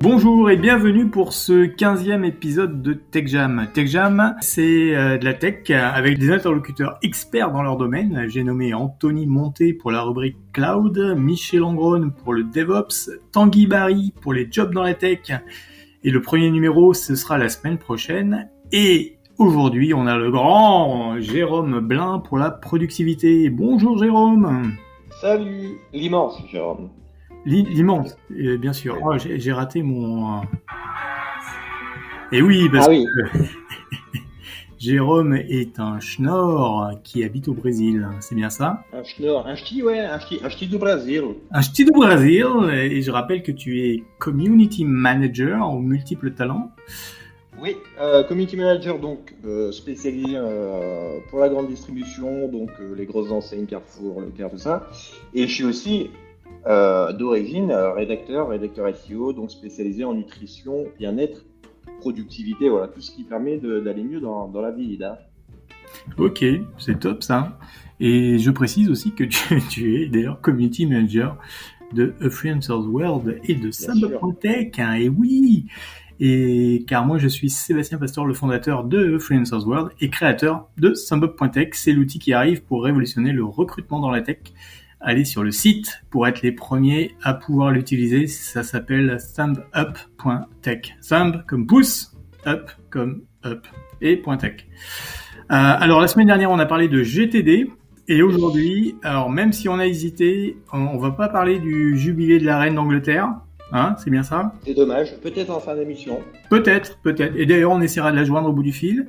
Bonjour et bienvenue pour ce 15e épisode de TechJam. TechJam, c'est de la tech avec des interlocuteurs experts dans leur domaine. J'ai nommé Anthony Monté pour la rubrique Cloud, Michel Angron pour le DevOps, Tanguy Barry pour les jobs dans la tech. Et le premier numéro, ce sera la semaine prochaine. Et aujourd'hui, on a le grand Jérôme Blin pour la productivité. Bonjour Jérôme. Salut, l'immense Jérôme. L'immense, bien sûr. Oh, j'ai raté mon... Et oui, parce que Jérôme est un schnorr qui habite au Brésil, c'est bien ça? Un schnorr, un ch'ti du Brésil. Un ch'ti du Brésil, et je rappelle que tu es Community Manager aux multiples talents. Oui, Community Manager, donc spécialisé pour la grande distribution, donc les grosses enseignes Carrefour, Leclerc, tout ça. Et je suis aussi... d'origine, rédacteur SEO, donc spécialisé en nutrition, bien-être, productivité, voilà, tout ce qui permet d'aller mieux dans la vie. Hein. Ok, c'est top ça. Et je précise aussi que tu es d'ailleurs community manager de A Freelancer's World et de Samba.tech, hein, et oui. Et car moi je suis Sébastien Pastor, le fondateur de A Freelancer's World et créateur de Samba.tech. C'est l'outil qui arrive pour révolutionner le recrutement dans la tech. Allez sur le site pour être les premiers à pouvoir l'utiliser. Ça s'appelle sambup.tech. Samb comme pouce, up comme up et .tech. Alors la semaine dernière, on a parlé de GTD et aujourd'hui, alors même si on a hésité, on va pas parler du jubilé de la reine d'Angleterre. Hein, c'est bien ça? C'est dommage. Peut-être en fin d'émission. Peut-être. Et d'ailleurs, on essaiera de la joindre au bout du fil.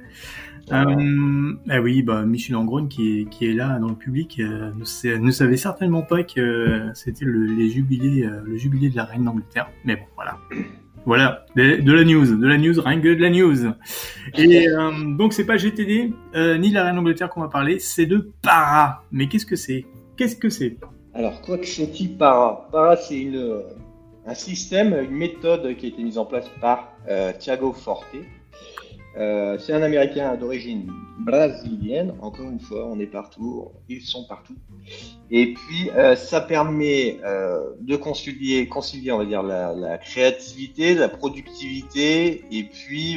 Oui, Michel Angron qui est là dans le public ne savait certainement pas que c'était le jubilé de la reine d'Angleterre. Mais bon, voilà, de la news, rien que de la news. Et donc c'est pas GTD ni la reine d'Angleterre qu'on va parler, c'est de Para. Mais qu'est-ce que c'est? Alors quoi que c'est-il Para? Para, c'est un système, une méthode qui a été mise en place par Thiago Forte. C'est un Américain d'origine brésilienne. Encore une fois, on est partout, ils sont partout. Et puis, ça permet de concilier, on va dire, la créativité, la productivité, et puis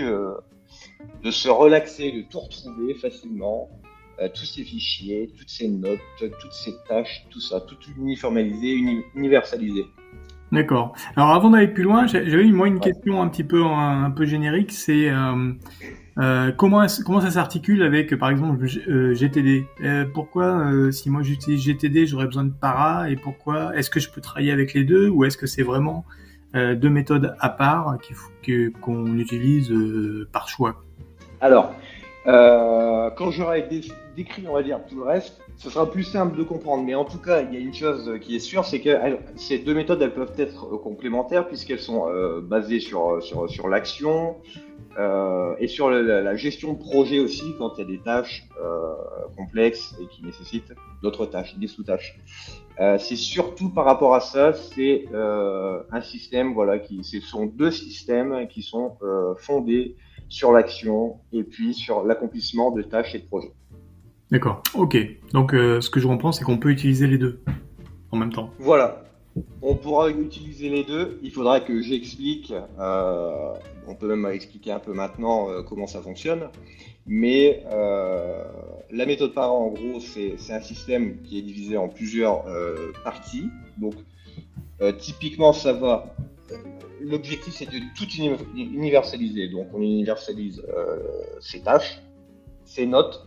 de se relaxer, de tout retrouver facilement, tous ces fichiers, toutes ces notes, toutes ces tâches, tout ça, tout uniformisé, universalisé. D'accord. Alors avant d'aller plus loin, j'avais une question un peu générique, c'est comment ça s'articule avec par exemple GTD? Pourquoi si moi j'utilise GTD, j'aurais besoin de Para, et pourquoi est-ce que je peux travailler avec les deux, ou est-ce que c'est vraiment deux méthodes à part qu'on utilise par choix? Alors, quand j'aurai décrit, on va dire, tout le reste, ce sera plus simple de comprendre. Mais en tout cas, il y a une chose qui est sûre, c'est que ces deux méthodes, elles peuvent être complémentaires puisqu'elles sont basées sur l'action et sur la gestion de projet aussi, quand il y a des tâches complexes et qui nécessitent d'autres tâches, des sous-tâches. C'est surtout par rapport à ça, c'est un système, voilà, ce sont deux systèmes qui sont fondés sur l'action et puis sur l'accomplissement de tâches et de projets. D'accord, ok. Donc ce que je comprends, c'est qu'on peut utiliser les deux en même temps. Voilà, on pourra utiliser les deux. Il faudra que j'explique, on peut même expliquer un peu maintenant comment ça fonctionne. Mais la méthode Para, en gros, c'est un système qui est divisé en plusieurs parties. Donc typiquement, ça va... L'objectif, c'est de tout universaliser. Donc, on universalise ses tâches, ses notes,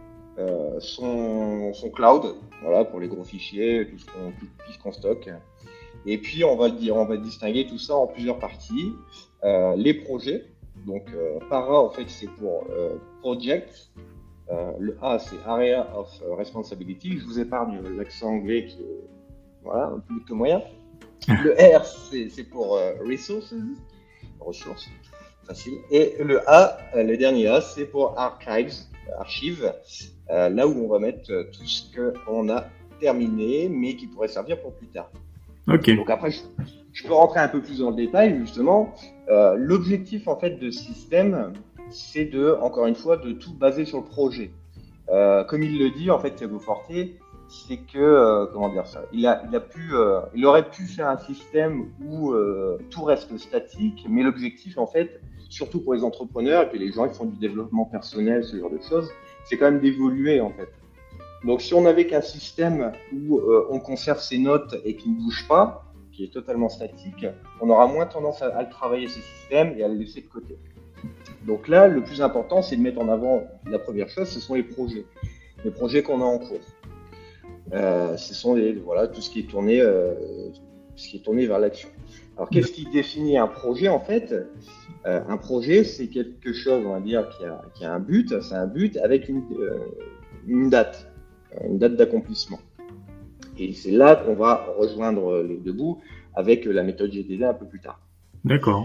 son cloud, voilà, pour les gros fichiers, tout ce qu'on stocke. Et puis, on va distinguer tout ça en plusieurs parties. Les projets. Donc, Para, en fait, c'est pour project. Le A, c'est Area of Responsibility. Je vous épargne l'accent anglais qui est, voilà, un peu plus que moyen. Le R, c'est pour ressources, facile. Et le A, le dernier A, c'est pour archive, là où on va mettre tout ce qu'on a terminé, mais qui pourrait servir pour plus tard. Ok. Donc après, je peux rentrer un peu plus dans le détail, justement. L'objectif, en fait, de ce système, c'est encore une fois, de tout baser sur le projet. Comme il le dit, en fait, Thiago Forte, c'est que comment dire ça, il aurait pu faire un système où tout reste statique, mais l'objectif en fait, surtout pour les entrepreneurs et puis les gens qui font du développement personnel, ce genre de choses, c'est quand même d'évoluer en fait. Donc si on n'avait qu'un système où on conserve ses notes et qui ne bouge pas, qui est totalement statique, on aura moins tendance à le travailler ce système et à le laisser de côté. Donc là, le plus important, c'est de mettre en avant la première chose, ce sont les projets qu'on a en cours. Ce sont tout ce qui est tourné vers l'action. Alors qu'est-ce qui définit un projet en fait? Un projet, c'est quelque chose, on va dire, qui a un but. C'est un but avec une date d'accomplissement. Et c'est là qu'on va rejoindre les deux bouts avec la méthode GTD un peu plus tard. D'accord.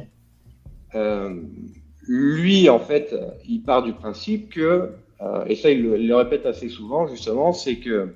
Lui, en fait, il part du principe que, et ça il le répète assez souvent justement, c'est que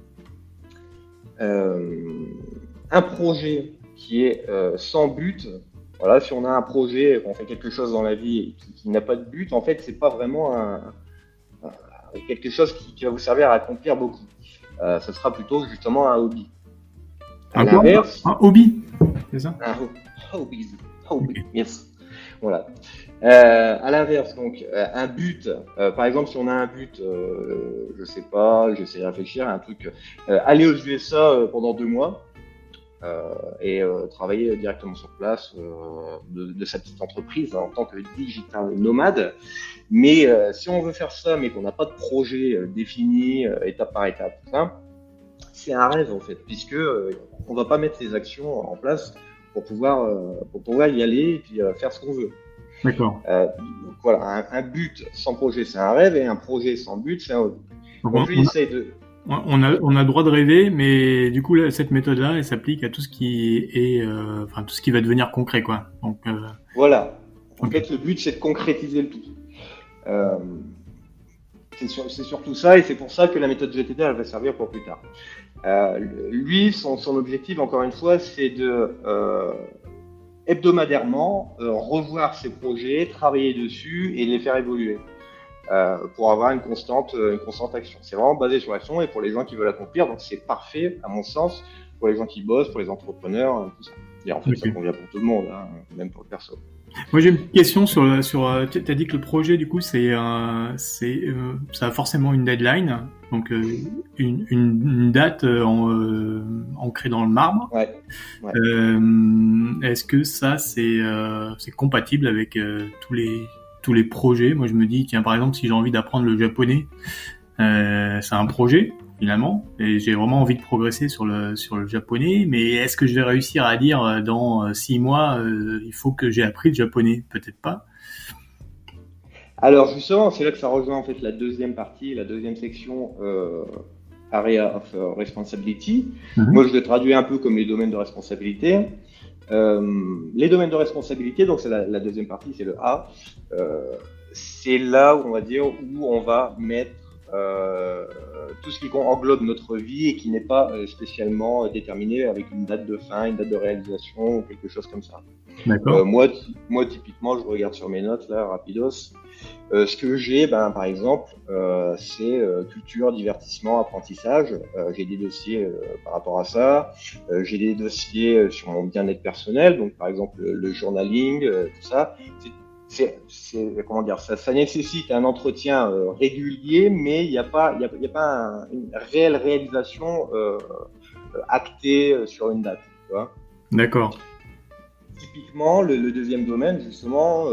un projet qui est sans but, voilà, si on a un projet, on fait quelque chose dans la vie qui n'a pas de but, en fait, c'est pas vraiment quelque chose qui va vous servir à accomplir beaucoup. Ce sera plutôt justement un hobby. À l'inverse, un hobby, c'est ça? Un hobby, yes. Voilà. À l'inverse, donc, un but, par exemple, si on a un but, je sais pas, j'essaie de réfléchir à un truc, aller aux USA pendant 2 mois et travailler directement sur place de sa petite entreprise en tant que digital nomade. Mais si on veut faire ça, mais qu'on n'a pas de projet défini étape par étape, c'est un rêve en fait, puisque on va pas mettre les actions en place pour pouvoir y aller et puis faire ce qu'on veut. D'accord. Donc voilà, un but sans projet, c'est un rêve, et un projet sans but, c'est un hobby. Donc lui, essaye de... On a le droit de rêver, mais du coup, là, cette méthode-là, elle s'applique à tout ce qui est, tout ce qui va devenir concret, quoi. Donc, voilà. En fait, le but, c'est de concrétiser le tout. C'est surtout ça, et c'est pour ça que la méthode GTD, elle va servir pour plus tard. Lui, son objectif, encore une fois, c'est de hebdomadairement revoir ses projets, travailler dessus et les faire évoluer pour avoir une constante action. C'est vraiment basé sur l'action et pour les gens qui veulent l'accomplir, donc c'est parfait à mon sens pour les gens qui bossent, pour les entrepreneurs, tout ça. Et en fait, ça convient pour tout le monde, même pour le perso. Moi, j'ai une petite question sur t'as dit que le projet, du coup, ça a forcément une deadline, donc une date ancrée dans le marbre. Ouais. Est-ce que ça, c'est compatible avec tous les projets? Moi, je me dis, tiens, par exemple, si j'ai envie d'apprendre le japonais, c'est un projet finalement, et j'ai vraiment envie de progresser sur le japonais, mais est-ce que je vais réussir à dire dans 6 mois il faut que j'ai appris le japonais? Peut-être pas. Alors justement, c'est là que ça rejoint en fait la deuxième partie, la deuxième section Area of Responsibility. Moi, je le traduis un peu comme les domaines de responsabilité. Les domaines de responsabilité, donc c'est la deuxième partie, c'est le A. C'est là où on va dire où on va mettre tout ce qui englobe notre vie et qui n'est pas spécialement déterminé avec une date de fin, une date de réalisation ou quelque chose comme ça. D'accord. Moi, typiquement, je regarde sur mes notes là, rapidos. Ce que j'ai, par exemple, c'est culture, divertissement, apprentissage. J'ai des dossiers par rapport à ça. J'ai des dossiers sur mon bien-être personnel, donc par exemple le journaling, tout ça. Comment dire, ça nécessite un entretien régulier, mais il n'y a pas une réelle réalisation actée sur une date. Tu vois. D'accord. Typiquement, le deuxième domaine, justement,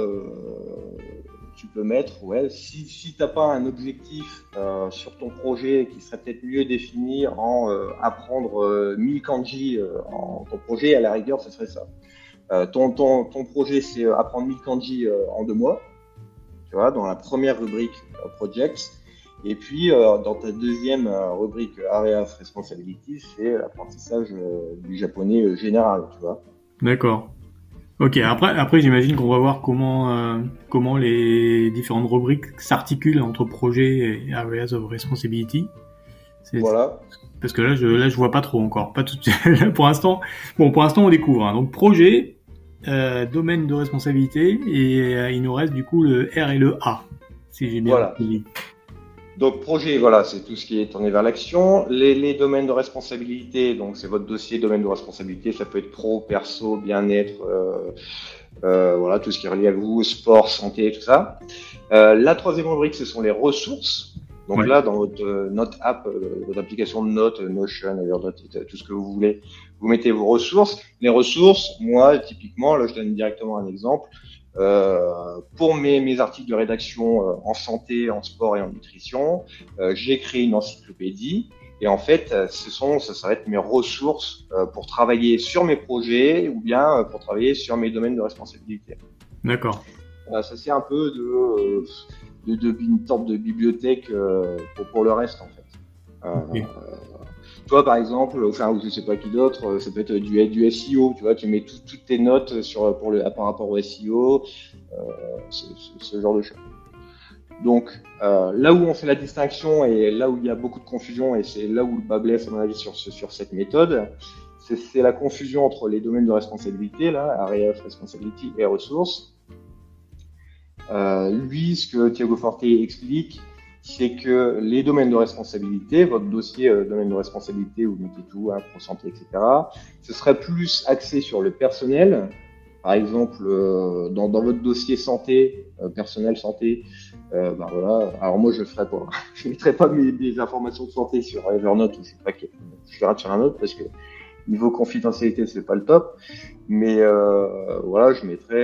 tu peux mettre, si tu n'as pas un objectif sur ton projet qui serait peut-être mieux défini en apprendre 1000 kanji en ton projet, à la rigueur, ce serait ça. Ton projet, c'est apprendre 1000 kanji en 2 mois, tu vois, dans la première rubrique Projects. Et puis, dans ta deuxième rubrique Area of Responsibility, c'est l'apprentissage du japonais général, tu vois. D'accord. Ok, après j'imagine qu'on va voir comment les différentes rubriques s'articulent entre projet et Areas of Responsibility. Voilà. Parce que là je vois pas trop encore, pas tout de suite. Pour l'instant on découvre. Hein. Donc projet, domaine de responsabilité, et il nous reste du coup le R et le A, si j'ai bien compris. Donc projet, voilà, c'est tout ce qui est tourné vers l'action. Les domaines de responsabilité, donc c'est votre dossier domaine de responsabilité, ça peut être pro, perso, bien-être, voilà, tout ce qui est relié à vous, sport, santé, tout ça. La troisième rubrique, ce sont les ressources. Donc là, dans votre note app, votre application de notes, Notion, Evernote, tout ce que vous voulez, vous mettez vos ressources. Les ressources, moi, typiquement, là, je donne directement un exemple. Pour mes articles de rédaction en santé, en sport et en nutrition, j'ai créé une encyclopédie. Et en fait, ça va être mes ressources pour travailler sur mes projets ou bien pour travailler sur mes domaines de responsabilité. D'accord. Ça c'est un peu une sorte de bibliothèque pour le reste en fait. Okay. Toi par exemple, enfin je sais pas qui d'autre, ça peut être du SEO, tu vois, tu mets toutes tes notes par rapport au SEO, ce genre de choses. Donc là où on fait la distinction et là où il y a beaucoup de confusion et c'est là où le bas blesse à mon avis sur cette méthode, c'est la confusion entre les domaines de responsabilité, là, Area of Responsibility et ressources. Lui, ce que Thiago Forte explique, c'est que les domaines de responsabilité, votre dossier domaine de responsabilité où vous mettez tout, pro santé, etc., ce serait plus axé sur le personnel. Par exemple, dans votre dossier santé, personnel santé, voilà. Alors moi, je le ferai pas. Je mettrai pas mes informations de santé sur Evernote ou je sais pas quel. Je ferai sur un autre parce que niveau confidentialité, c'est pas le top. Mais voilà, je mettrai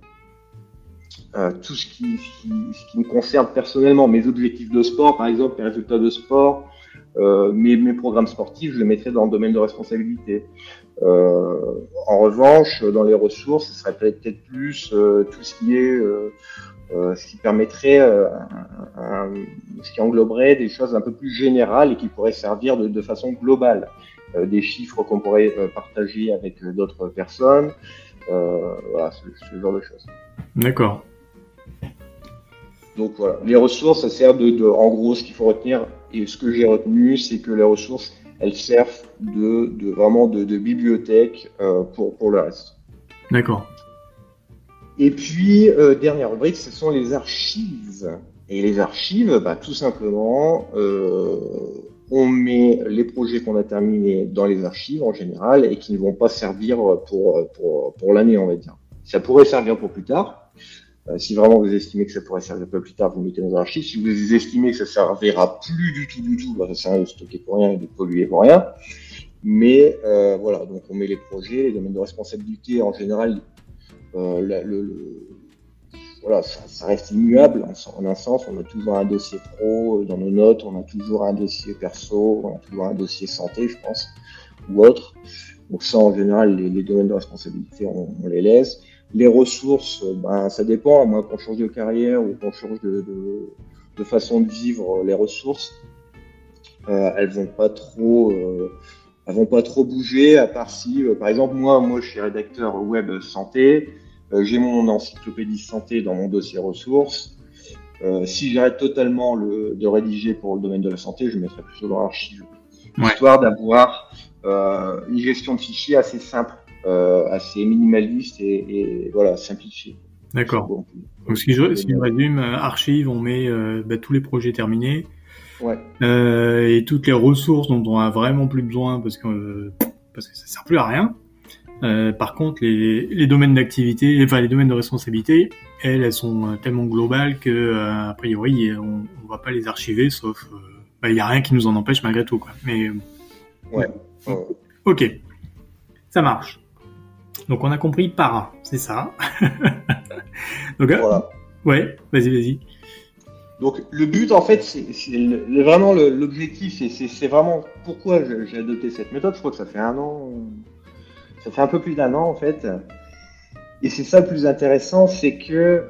tout ce qui me concerne personnellement, mes objectifs de sport, par exemple, mes résultats de sport, mes programmes sportifs, je les mettrai dans le domaine de responsabilité. En revanche, dans les ressources, ce serait peut-être plus tout ce qui est ce qui permettrait, ce qui engloberait des choses un peu plus générales et qui pourraient servir de façon globale. Des chiffres qu'on pourrait partager avec d'autres personnes, voilà, ce genre de choses. D'accord. Donc voilà, les ressources, ça sert en gros, ce qu'il faut retenir, et ce que j'ai retenu, c'est que les ressources, elles servent vraiment de bibliothèque pour le reste. D'accord. Et puis, dernière rubrique, ce sont les archives. Et les archives, tout simplement, on met les projets qu'on a terminés dans les archives en général et qui ne vont pas servir pour l'année, on va dire. Ça pourrait servir pour plus tard. Si vraiment vous estimez que ça pourrait servir un peu plus tard, vous mettez dans les archives. Si vous estimez que ça servira plus du tout, ça sert à rien de stocker pour rien et de polluer pour rien. Mais voilà, donc on met les projets, les domaines de responsabilité en général. Voilà, ça reste immuable en un sens. On a toujours un dossier pro dans nos notes, on a toujours un dossier perso, on a toujours un dossier santé, je pense, ou autre. Donc ça, en général, les domaines de responsabilité, on les laisse. Les ressources, ça dépend. Moi, quand on change de carrière ou quand on change de façon de vivre, les ressources, elles vont pas trop bouger, à part si, par exemple, moi, je suis rédacteur web santé. J'ai mon encyclopédie santé dans mon dossier ressources. Si j'arrête totalement de rédiger pour le domaine de la santé, je le mettrai plutôt dans l'archive, histoire d'avoir une gestion de fichiers assez simple, assez minimaliste et voilà, simplifiée. D'accord. Bon, donc si je résume, archive, on met tous les projets terminés. Ouais. Et toutes les ressources dont on a vraiment plus besoin parce que ça sert plus à rien. Par contre, les domaines d'activité, les domaines de responsabilité, elles sont tellement globales que a priori on va pas les archiver, sauf il y a rien qui nous en empêche malgré tout, quoi. Mais ouais. Ok, ça marche. Donc on a compris para, c'est ça. Donc voilà. Ouais, vas-y. Donc le but en fait, c'est vraiment l'objectif, c'est vraiment pourquoi j'ai adopté cette méthode. Je crois que ça fait 1 an. Ça fait un peu plus d'1 an en fait, et c'est ça le plus intéressant, c'est que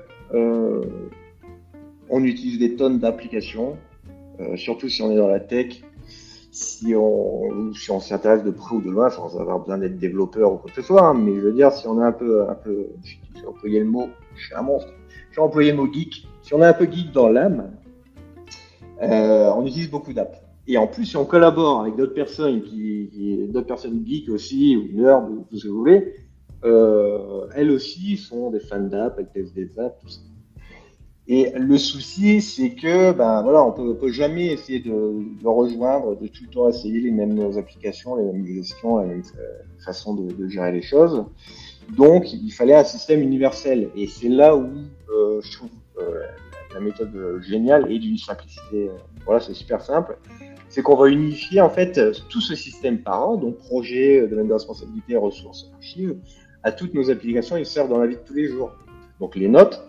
on utilise des tonnes d'applications, surtout si on est dans la tech, si on s'intéresse de près ou de loin, sans avoir besoin d'être développeur ou quoi que ce soit, mais je veux dire, si on est un peu, j'ai employé le mot, je suis un monstre, j'ai employé le mot geek, si on est un peu geek dans l'âme, on utilise beaucoup d'apps. Et en plus, si on collabore avec d'autres personnes d'autres personnes geeks aussi, ou nerds, ou tout ce que vous voulez, elles aussi sont des fans d'apps, elles testent des apps, tout ça. Et le souci, c'est que, ben voilà, on peut jamais essayer de rejoindre, de tout le temps essayer les mêmes applications, les mêmes gestions, la même façon de gérer les choses. Donc, il fallait un système universel. Et c'est là où je trouve la méthode géniale et d'une simplicité. Voilà, c'est super simple. C'est qu'on va unifier en fait tout ce système parent, donc projet, domaine de responsabilité, ressources, archives, à toutes nos applications et servent dans la vie de tous les jours. Donc les notes,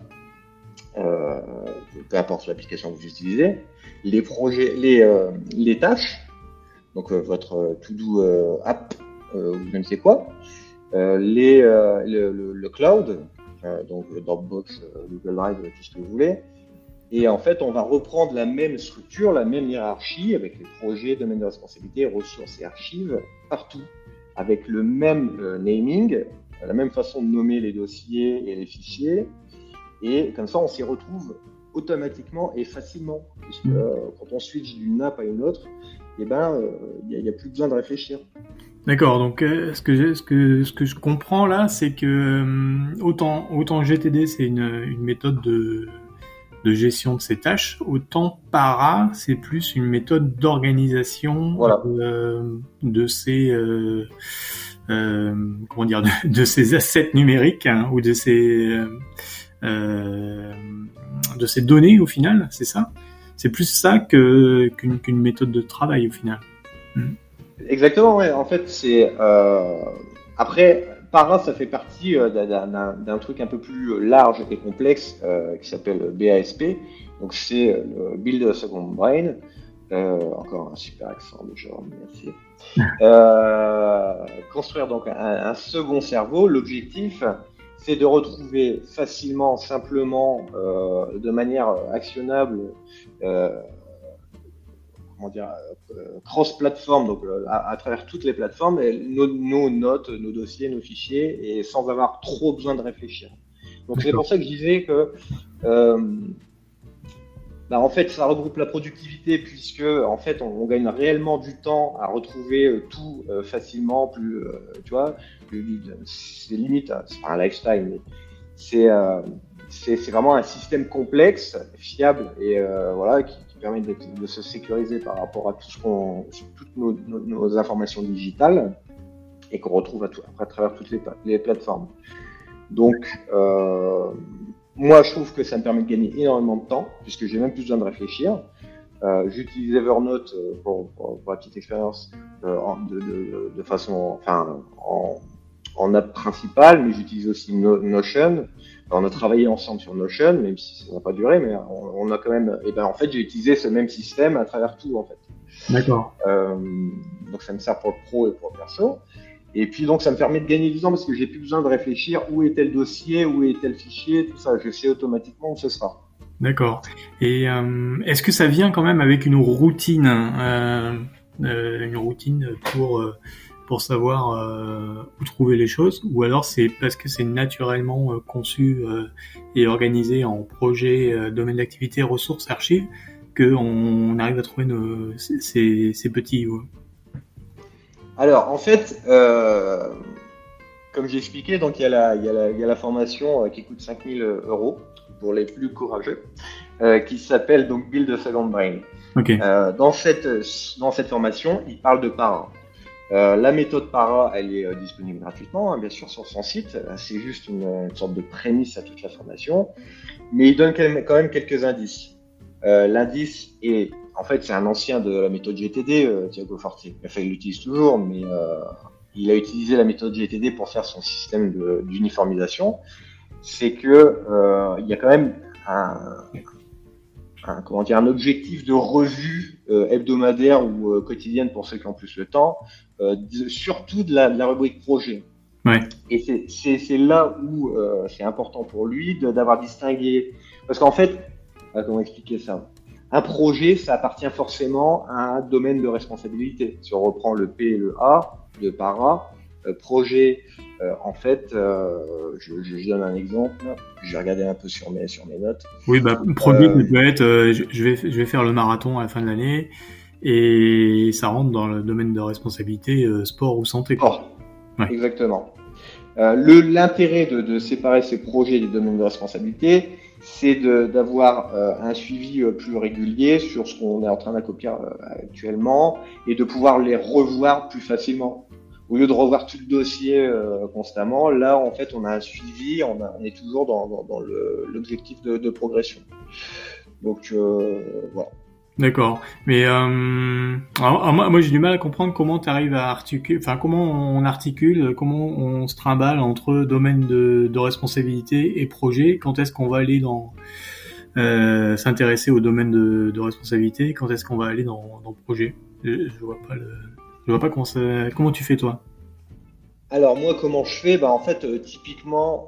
peu importe l'application que vous utilisez, les projets, les tâches, donc votre to-do app ou je ne sais quoi, le cloud, donc Dropbox, Google Drive, tout ce que vous voulez. Et en fait, on va reprendre la même structure, la même hiérarchie avec les projets, domaines de responsabilité, ressources et archives partout, avec le même naming, la même façon de nommer les dossiers et les fichiers. Et comme ça, on s'y retrouve automatiquement et facilement, puisque quand on switch d'une app à une autre, eh ben, y a plus besoin de réfléchir. D'accord. Donc, ce que je comprends là, c'est que autant GTD, c'est une méthode de gestion de ces tâches, autant Para, c'est plus une méthode d'organisation voilà. de ces comment dire, de ces assets numériques, hein, ou de ces données au final, c'est ça? C'est plus ça qu'une méthode de travail au final. Exactement, ouais. En fait, c'est après Para, ça fait partie d'un truc un peu plus large et complexe qui s'appelle BASP. Donc c'est le Build a Second Brain. Encore un super accent déjà, merci. Construire donc un second cerveau. L'objectif, c'est de retrouver facilement, simplement, de manière actionnable, cross-platform, donc à travers toutes les plateformes, nos notes, nos dossiers, nos fichiers, et sans avoir trop besoin de réfléchir. Donc c'est pour ça que je disais que en fait, ça regroupe la productivité puisque en fait, on gagne réellement du temps à retrouver tout facilement, plus, tu vois, c'est limite, c'est pas un lifestyle, mais c'est vraiment un système complexe, fiable et voilà, qui permet de se sécuriser par rapport à toutes nos informations digitales et qu'on retrouve à travers toutes les plateformes. Donc, moi, je trouve que ça me permet de gagner énormément de temps, puisque j'ai même plus besoin de réfléchir. J'utilise Evernote pour la petite expérience de façon, enfin, en app principale, mais j'utilise aussi Notion. On a travaillé ensemble sur Notion, même si ça n'a pas duré, mais on a quand même. Et ben en fait, j'ai utilisé ce même système à travers tout en fait. D'accord. Donc ça me sert pour le pro et pour le perso. Et puis donc ça me permet de gagner du temps parce que j'ai plus besoin de réfléchir où est tel dossier, où est tel fichier, tout ça. Je sais automatiquement où ce sera. D'accord. Et est-ce que ça vient quand même avec une routine pour savoir où trouver les choses, ou alors c'est parce que c'est naturellement conçu et organisé en projet, domaine d'activité, ressources, archives, qu'on arrive à trouver ces petits. Alors en fait, comme j'ai expliqué, donc il y a la formation qui coûte 5 000 € pour les plus courageux, qui s'appelle donc Build a Second Brain. Okay. Dans cette formation, il parle de Para. La méthode Para, elle est disponible gratuitement, hein, bien sûr, sur son site. C'est juste une sorte de prémisse à toute la formation, mais il donne quand même quelques indices. L'indice est, en fait, c'est un ancien de la méthode GTD, Tiago Forte. Enfin, il l'utilise toujours, mais il a utilisé la méthode GTD pour faire son système d'uniformisation. C'est que il y a quand même un objectif de revue hebdomadaire ou quotidienne pour ceux qui ont plus le temps, surtout de la rubrique projet. Ouais. Et c'est là où c'est important pour lui d'avoir distingué, parce qu'en fait, comment expliquer ça? Un projet, ça appartient forcément à un domaine de responsabilité. Si on reprend le P et le A de Para, projet, en fait, je donne un exemple. Je vais regarder un peu sur mes notes. Oui, projet peut être, je vais faire le marathon à la fin de l'année, et ça rentre dans le domaine de responsabilité sport ou santé. Sport, ouais. Exactement. L'intérêt de séparer ces projets des domaines de responsabilité, c'est d'avoir un suivi plus régulier sur ce qu'on est en train d'accomplir actuellement et de pouvoir les revoir plus facilement. Au lieu de revoir tout le dossier constamment, là, en fait, on a un suivi, on est toujours dans l'objectif de progression. Donc, voilà. D'accord. Mais alors, moi j'ai du mal à comprendre comment tu arrives à articuler, enfin comment on articule, comment on se trimballe entre domaine de responsabilité et projet. Quand est-ce qu'on va aller dans s'intéresser au domaine de responsabilité? Quand est-ce qu'on va aller dans projet? Je vois pas comment tu fais toi. Alors, moi, comment je fais? En fait, typiquement,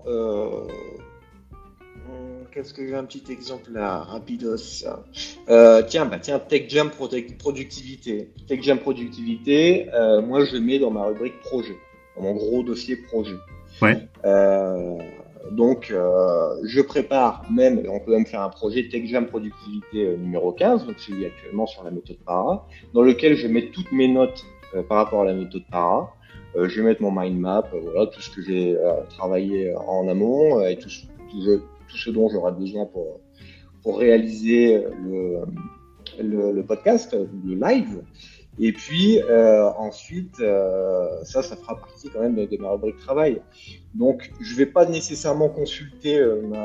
qu'est-ce que j'ai un petit exemple là, rapidos. Tiens, TechJam productivité. TechJam productivité, moi je le mets dans ma rubrique projet, dans mon gros dossier projet. Ouais. Donc, je prépare même, on peut même faire un projet TechJam productivité numéro 15, donc celui actuellement sur la méthode PARA, dans lequel je mets toutes mes notes par rapport à la méthode PARA. Je vais mettre mon mind map, voilà, tout ce que j'ai travaillé en amont et tout ce dont j'aurai besoin pour réaliser le podcast, le live. Et puis ensuite, ça fera partie quand même de ma rubrique travail. Donc, je vais pas nécessairement consulter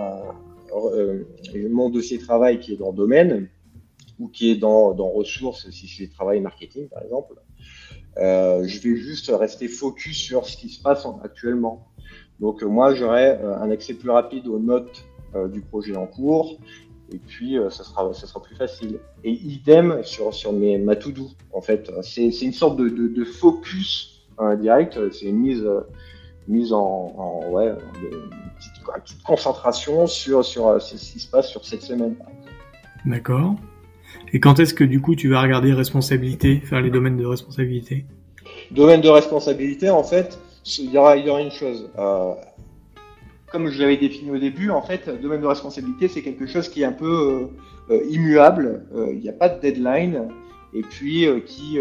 mon dossier travail qui est dans domaine ou qui est dans ressources, si c'est travail marketing par exemple. Je vais juste rester focus sur ce qui se passe actuellement. Donc moi, j'aurai un accès plus rapide aux notes du projet en cours, et puis ça sera plus facile. Et idem sur ma to-do. En fait, c'est une sorte de focus direct. C'est une mise en une petite concentration sur ce qui se passe sur cette semaine. D'accord. Et quand est-ce que du coup tu vas regarder responsabilité, faire les domaines de responsabilité? Domaine de responsabilité, en fait, il y aura une chose. Comme je l'avais défini au début, en fait, domaine de responsabilité, c'est quelque chose qui est un peu immuable. Il n'y a pas de deadline, et puis qui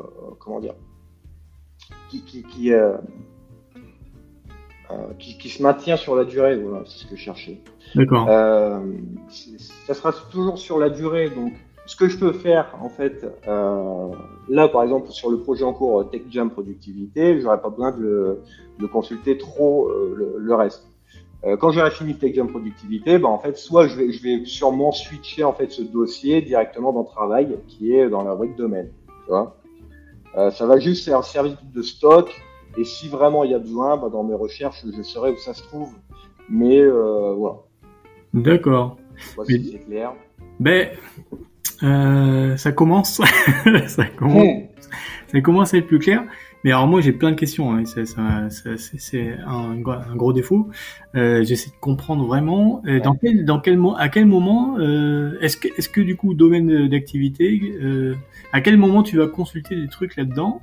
se maintient sur la durée. Voilà, c'est ce que je cherchais. D'accord. Ça sera toujours sur la durée, donc. Ce que je peux faire, en fait, là, par exemple, sur le projet en cours TechJam Productivité, j'aurais pas besoin de consulter trop le reste. Quand j'aurai fini TechJam Productivité, en fait, soit je vais sûrement switcher en fait ce dossier directement dans Travail, qui est dans la rubrique domaine. Tu vois, ça va juste servir de stock. Et si vraiment il y a besoin, dans mes recherches, je saurai où ça se trouve. Mais voilà. D'accord. Moi, si c'est clair. Ça commence, ça commence à être plus clair. Mais alors moi j'ai plein de questions. Hein. C'est un gros défaut. J'essaie de comprendre vraiment à quel moment est-ce que du coup domaine d'activité, à quel moment tu vas consulter des trucs là-dedans.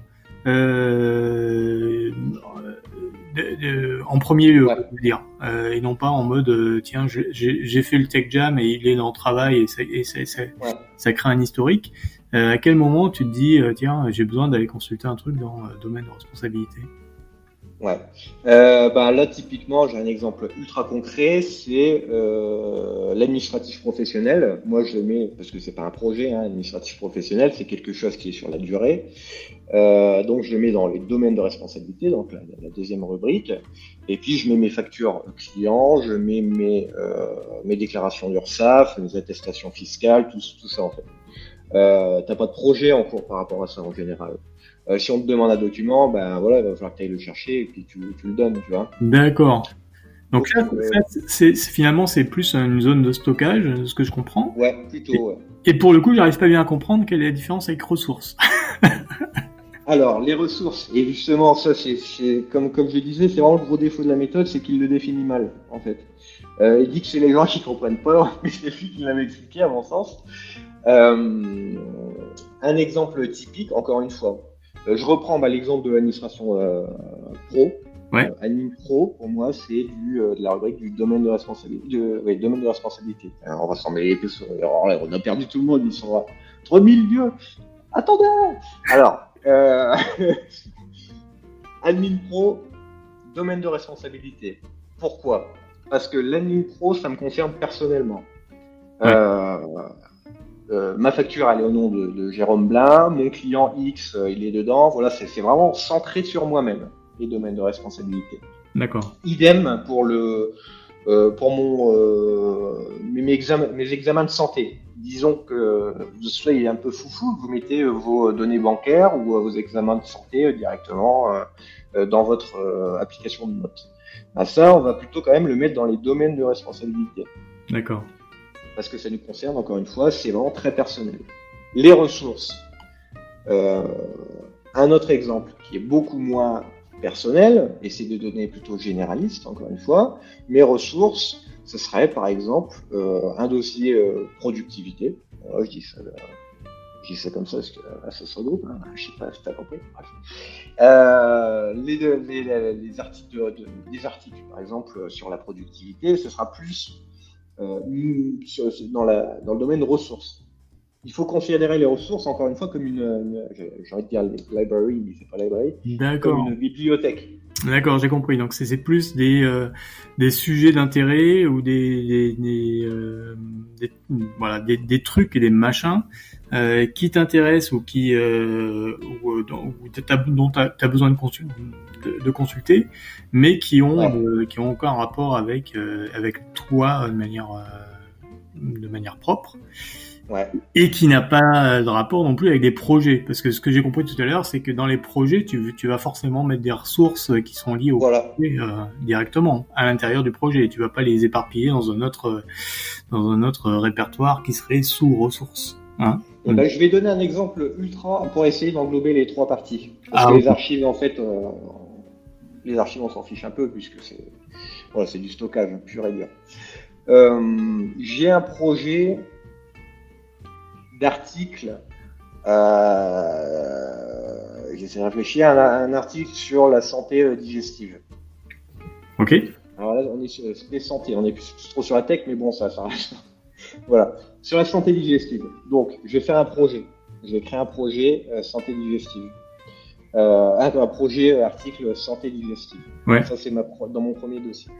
En premier lieu, je veux dire, et non pas en mode tiens j'ai fait le TechJam et il est dans le travail et ça crée un historique. À quel moment tu te dis tiens j'ai besoin d'aller consulter un truc dans le domaine de responsabilité? Ouais. Là typiquement j'ai un exemple ultra concret, c'est l'administratif professionnel. Moi je le mets parce que c'est pas un projet, hein, administratif professionnel, c'est quelque chose qui est sur la durée. Donc je le mets dans les domaines de responsabilité, donc la deuxième rubrique. Et puis je mets mes factures clients, je mets mes déclarations d'URSSAF, mes attestations fiscales, tout ça en fait. T'as pas de projet en cours par rapport à ça en général. Si on te demande un document, voilà, il va falloir que tu ailles le chercher et puis tu le donnes, tu vois. D'accord. Donc là, finalement, c'est plus une zone de stockage, ce que je comprends. Ouais, plutôt, ouais. Et pour le coup, j'arrive pas bien à comprendre quelle est la différence avec ressources. Alors, les ressources, et justement, ça, c'est comme je disais, c'est vraiment le gros défaut de la méthode, c'est qu'il le définit mal, en fait. Il dit que c'est les gens qui comprennent pas, mais c'est lui qui l'avait expliqué, à mon sens. Un exemple typique, encore une fois. Je reprends l'exemple de l'administration pro. Ouais. Admin pro, pour moi, c'est de la rubrique du domaine de responsabilité. Domaine de responsabilité. Alors, on va s'en mêler les pinceaux. Alors là, on a perdu tout le monde, ils sont là. 3000 dieux. Attendez. Alors, admin pro, domaine de responsabilité. Pourquoi ? Parce que l'admin pro, ça me concerne personnellement. Ouais. Ma facture, elle est au nom de Jérôme Blin. Mon client X, il est dedans. Voilà, c'est vraiment centré sur moi-même, les domaines de responsabilité. D'accord. Idem pour mes examens de santé. Disons que vous soyez un peu foufou, vous mettez vos données bancaires ou vos examens de santé directement dans votre application de notes. Ben ça, on va plutôt quand même le mettre dans les domaines de responsabilité. D'accord. Parce que ça nous concerne, encore une fois, c'est vraiment très personnel. Les ressources. Un autre exemple qui est beaucoup moins personnel, et c'est des données plutôt généralistes, encore une fois. Mes ressources, ce serait par exemple un dossier productivité. Alors, je dis ça comme ça parce que ça se regroupe, hein. Je sais pas si tu as compris. Bref. Les articles, par exemple, sur la productivité, ce sera plus dans le domaine ressources. Il faut considérer les ressources, encore une fois, comme j'ai envie de dire library, mais c'est pas library, D'accord. comme une bibliothèque. D'accord, j'ai compris. Donc c'est plus des sujets d'intérêt ou des trucs et des machins qui t'intéressent ou dont t'as besoin de consulter, mais qui ont aucun rapport avec toi de manière propre. Ouais. Et qui n'a pas de rapport non plus avec des projets. Parce que ce que j'ai compris tout à l'heure, c'est que dans les projets, tu vas forcément mettre des ressources qui sont liées au projet directement, à l'intérieur du projet. Tu vas pas les éparpiller dans un autre répertoire qui serait sous ressources. Hein. Ben, je vais donner un exemple ultra pour essayer d'englober les trois parties. Parce que les archives, en fait, les archives, on s'en fiche un peu puisque c'est du stockage pur et dur. J'ai un projet d'article, j'essaie de réfléchir à un article sur la santé digestive. Ok. Alors là, on est sur la santé, on est plus trop sur la tech, mais bon, ça reste. Voilà, sur la santé digestive. Donc, je vais faire un projet. Je vais créer un projet santé digestive. Un projet article santé digestive. Ouais. Ça, c'est dans mon premier dossier.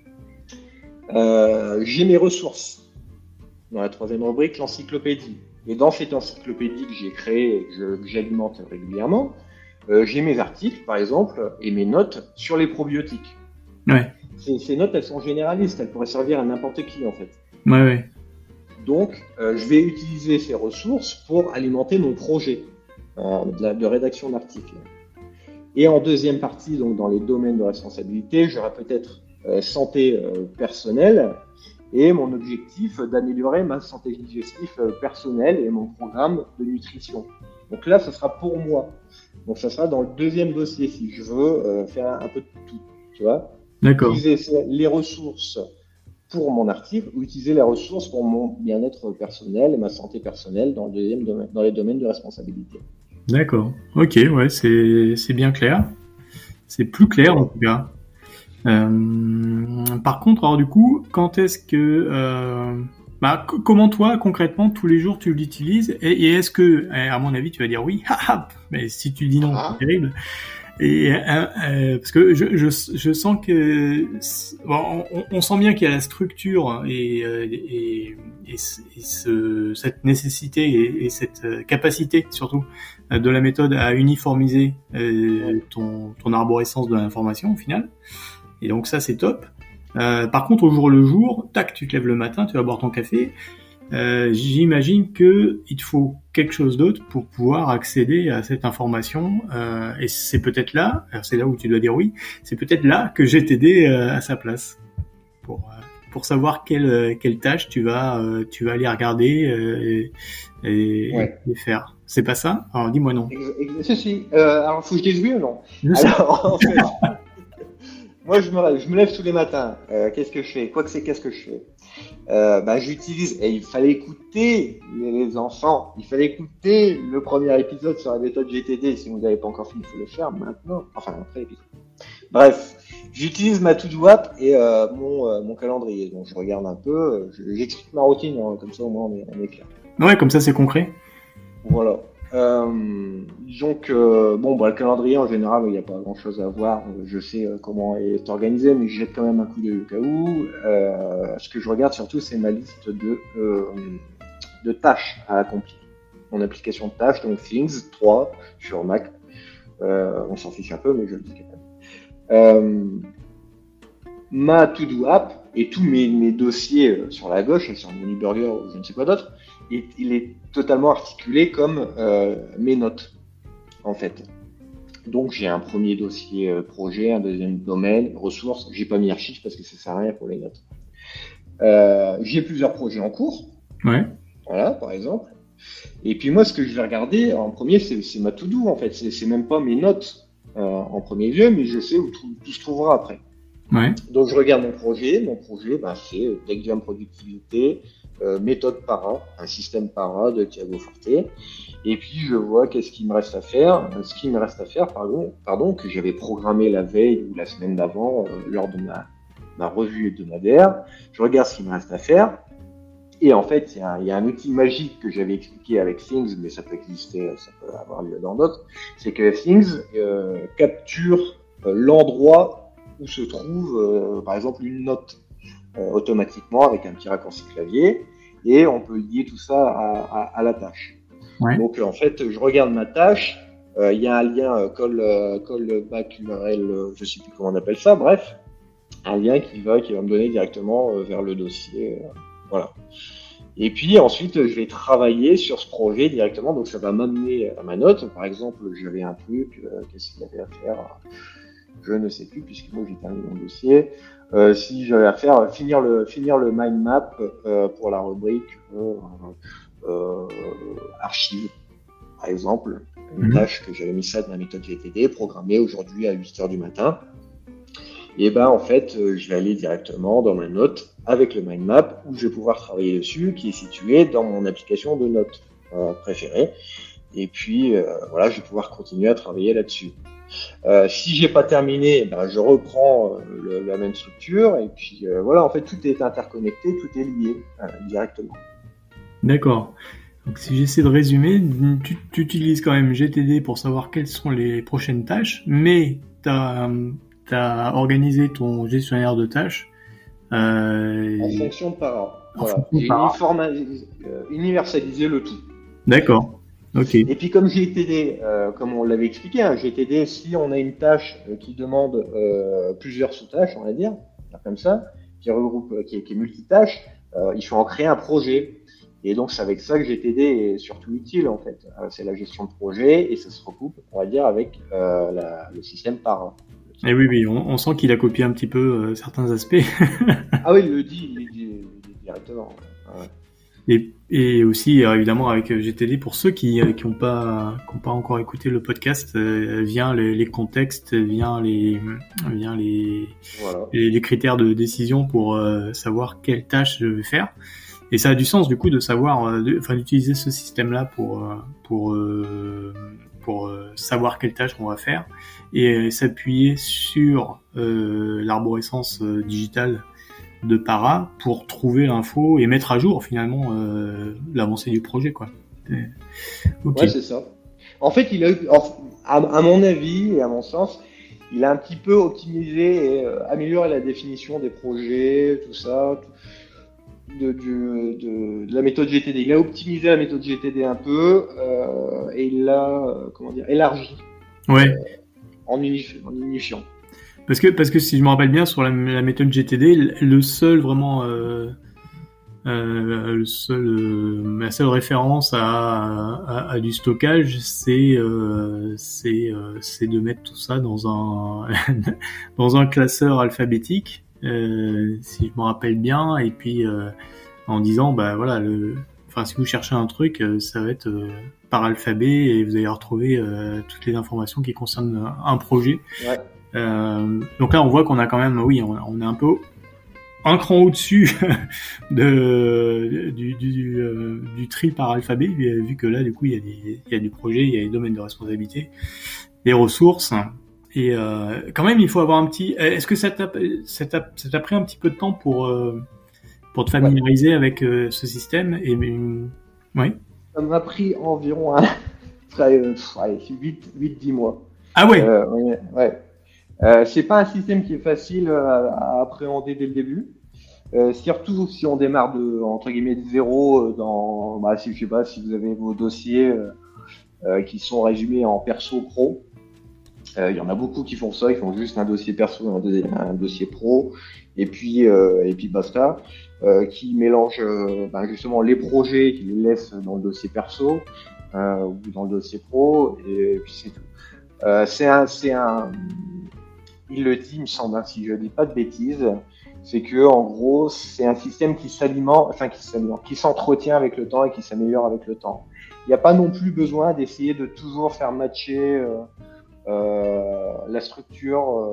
J'ai mes ressources. Dans la troisième rubrique, l'encyclopédie. Et dans cette encyclopédie que j'ai créée et que j'alimente régulièrement, j'ai mes articles, par exemple, et mes notes sur les probiotiques. Ouais. Ces notes, elles sont généralistes, elles pourraient servir à n'importe qui, en fait. Ouais. Donc, je vais utiliser ces ressources pour alimenter mon projet de rédaction d'articles. Et en deuxième partie, donc dans les domaines de responsabilité, j'aurai peut-être santé personnelle, et mon objectif d'améliorer ma santé digestive personnelle et mon programme de nutrition. Donc là, ce sera pour moi. Donc ça sera dans le deuxième dossier si je veux faire un peu de tout, tu vois. D'accord. Utiliser les ressources pour mon article ou utiliser les ressources pour mon bien-être personnel et ma santé personnelle dans les domaines de responsabilité. D'accord. Ok, ouais, c'est bien clair. C'est plus clair en tout cas. Par contre, alors du coup, quand est-ce que, comment toi, concrètement, tous les jours, tu l'utilises et est-ce que, à mon avis, tu vas dire oui, mais si tu dis non, c'est terrible. Et parce que je sens que on sent bien qu'il y a la structure cette nécessité et cette capacité surtout de la méthode à uniformiser ton arborescence de l'information au final. Et donc ça c'est top. Par contre au jour le jour, tac, tu te lèves le matin, tu vas boire ton café. J'imagine que il te faut quelque chose d'autre pour pouvoir accéder à cette information et c'est peut-être là, alors c'est là où tu dois dire oui, c'est peut-être là que j'ai t'aider à sa place pour savoir quelle tâche tu vas aller regarder et faire. C'est pas ça? Alors dis-moi non. Si. Alors faut que je dise oui ou non? Alors en fait, moi je me lève tous les matins. Qu'est-ce que je fais? Qu'est-ce que je fais? J'utilise, et il fallait écouter les enfants, il fallait écouter le premier épisode sur la méthode GTD. Si vous n'avez pas encore fini, il faut le faire maintenant, enfin après l'épisode. Bref, j'utilise ma to-do app et mon calendrier. Donc je regarde un peu, j'explique ma routine, hein, comme ça au moins on est clair. Ouais, comme ça c'est concret. Voilà. Donc, le calendrier, en général, il n'y a pas grand-chose à voir. Je sais comment est organisé, mais je jette quand même un coup d'œil au cas où. Ce que je regarde surtout, c'est ma liste de tâches à accomplir. Mon application de tâches, donc Things 3 sur Mac. On s'en fiche un peu, mais je le dis quand même. Ma To-Do app et tous mes dossiers sur la gauche, sur Menu Burger ou je ne sais quoi d'autre, il est totalement articulé comme mes notes, en fait. Donc j'ai un premier dossier projet, un deuxième domaine, ressources. J'ai pas mis archives parce que ça sert à rien pour les notes. J'ai plusieurs projets en cours. Ouais. Voilà, par exemple. Et puis moi, ce que je vais regarder en premier, c'est ma to-do, en fait. C'est même pas mes notes en premier lieu, mais je sais où tout se trouvera après. Ouais. Donc je regarde mon projet. Mon projet, c'est Deck productivité, méthode para, un système para de Thiago Forte. Et puis je vois qu'est-ce qu'il me reste à faire. Ce qui me reste à faire, pardon, que j'avais programmé la veille ou la semaine d'avant lors de ma revue hebdomadaire. Je regarde ce qu'il me reste à faire. Et en fait, il y a un outil magique que j'avais expliqué avec Things, mais ça peut exister, ça peut avoir lieu dans d'autres. C'est que Things capture l'endroit où se trouve, par exemple, une note automatiquement avec un petit raccourci clavier, et on peut lier tout ça à la tâche. Ouais. Donc, en fait, je regarde ma tâche. Il y a un lien callback URL, je sais plus comment on appelle ça. Bref, un lien qui va me donner directement vers le dossier. Voilà. Et puis ensuite, je vais travailler sur ce projet directement. Donc ça va m'amener à ma note. Par exemple, j'avais un truc, qu'est-ce qu'il y avait à faire? Je ne sais plus, puisque moi j'ai terminé mon dossier. Si j'avais à faire finir le mind map pour la rubrique archives, par exemple, une tâche que j'avais mis ça dans la méthode GTD, programmée aujourd'hui à 8h du matin. Et en fait, je vais aller directement dans ma note avec le mind map où je vais pouvoir travailler dessus, qui est situé dans mon application de notes préférée. Et puis, voilà, je vais pouvoir continuer à travailler là-dessus. Si j'ai pas terminé, je reprends la même structure. Et puis, voilà, en fait, tout est interconnecté, tout est lié directement. D'accord. Donc, si j'essaie de résumer, tu utilises quand même GTD pour savoir quelles sont les prochaines tâches, mais t'as organisé ton gestionnaire de tâches en fonction de para. Voilà. J'ai universalisé le tout. D'accord. Ok. Et puis comme GTD, comme on l'avait expliqué, GTD, si on a une tâche qui demande plusieurs sous-tâches, on va dire, comme ça, qui regroupe, qui est multitâche, il faut en créer un projet. Et donc c'est avec ça que GTD est surtout utile en fait. C'est la gestion de projet et ça se recoupe, on va dire, avec le système para. Et oui, on sent qu'il a copié un petit peu certains aspects. Ah oui, il le dit directement. Ouais. Et aussi évidemment avec GTD pour ceux qui ont pas encore écouté le podcast, vient les contextes, vient les critères de décision pour savoir quelle tâche je vais faire. Et ça a du sens du coup de savoir, d'utiliser ce système-là pour savoir quelle tâche on va faire et s'appuyer sur l'arborescence digitale de para pour trouver l'info et mettre à jour finalement l'avancée du projet, quoi. Okay. Ouais, c'est ça. En fait, il a eu, à mon avis et à mon sens, il a un petit peu optimisé et amélioré la définition des projets, tout ça. De la méthode GTD. Il a optimisé la méthode GTD un peu et il l'a élargi. Ouais. En unifiant. Parce que si je me rappelle bien sur la méthode GTD, la seule référence à du stockage, c'est de mettre tout ça dans un classeur alphabétique. Si je me rappelle bien, et puis en disant si vous cherchez un truc, ça va être par alphabet et vous allez retrouver toutes les informations qui concernent un projet. Ouais. Donc là on voit qu'on a quand même, on est un peu un cran au-dessus du tri par alphabet, vu que là du coup il y a du projet, il y a les domaines de responsabilité, les ressources. Et quand même, il faut avoir un petit. Est-ce que ça t'a pris un petit peu de temps pour te familiariser avec ce système? Et oui. Ça m'a pris environ allez, 8-10 mois. Ah ouais. Ouais. C'est pas un système qui est facile à appréhender dès le début. Surtout si on démarre entre guillemets de zéro si je sais pas, si vous avez vos dossiers qui sont résumés en perso pro. Il y en a beaucoup qui font ça, ils font juste un dossier perso, un dossier pro, et puis basta, qui mélangent justement les projets, qui les laissent dans le dossier perso ou dans le dossier pro, et puis c'est tout. Il le dit, il me semble, si je dis pas de bêtises, c'est que en gros c'est un système qui s'entretient avec le temps et qui s'améliore avec le temps. Il n'y a pas non plus besoin d'essayer de toujours faire matcher la structure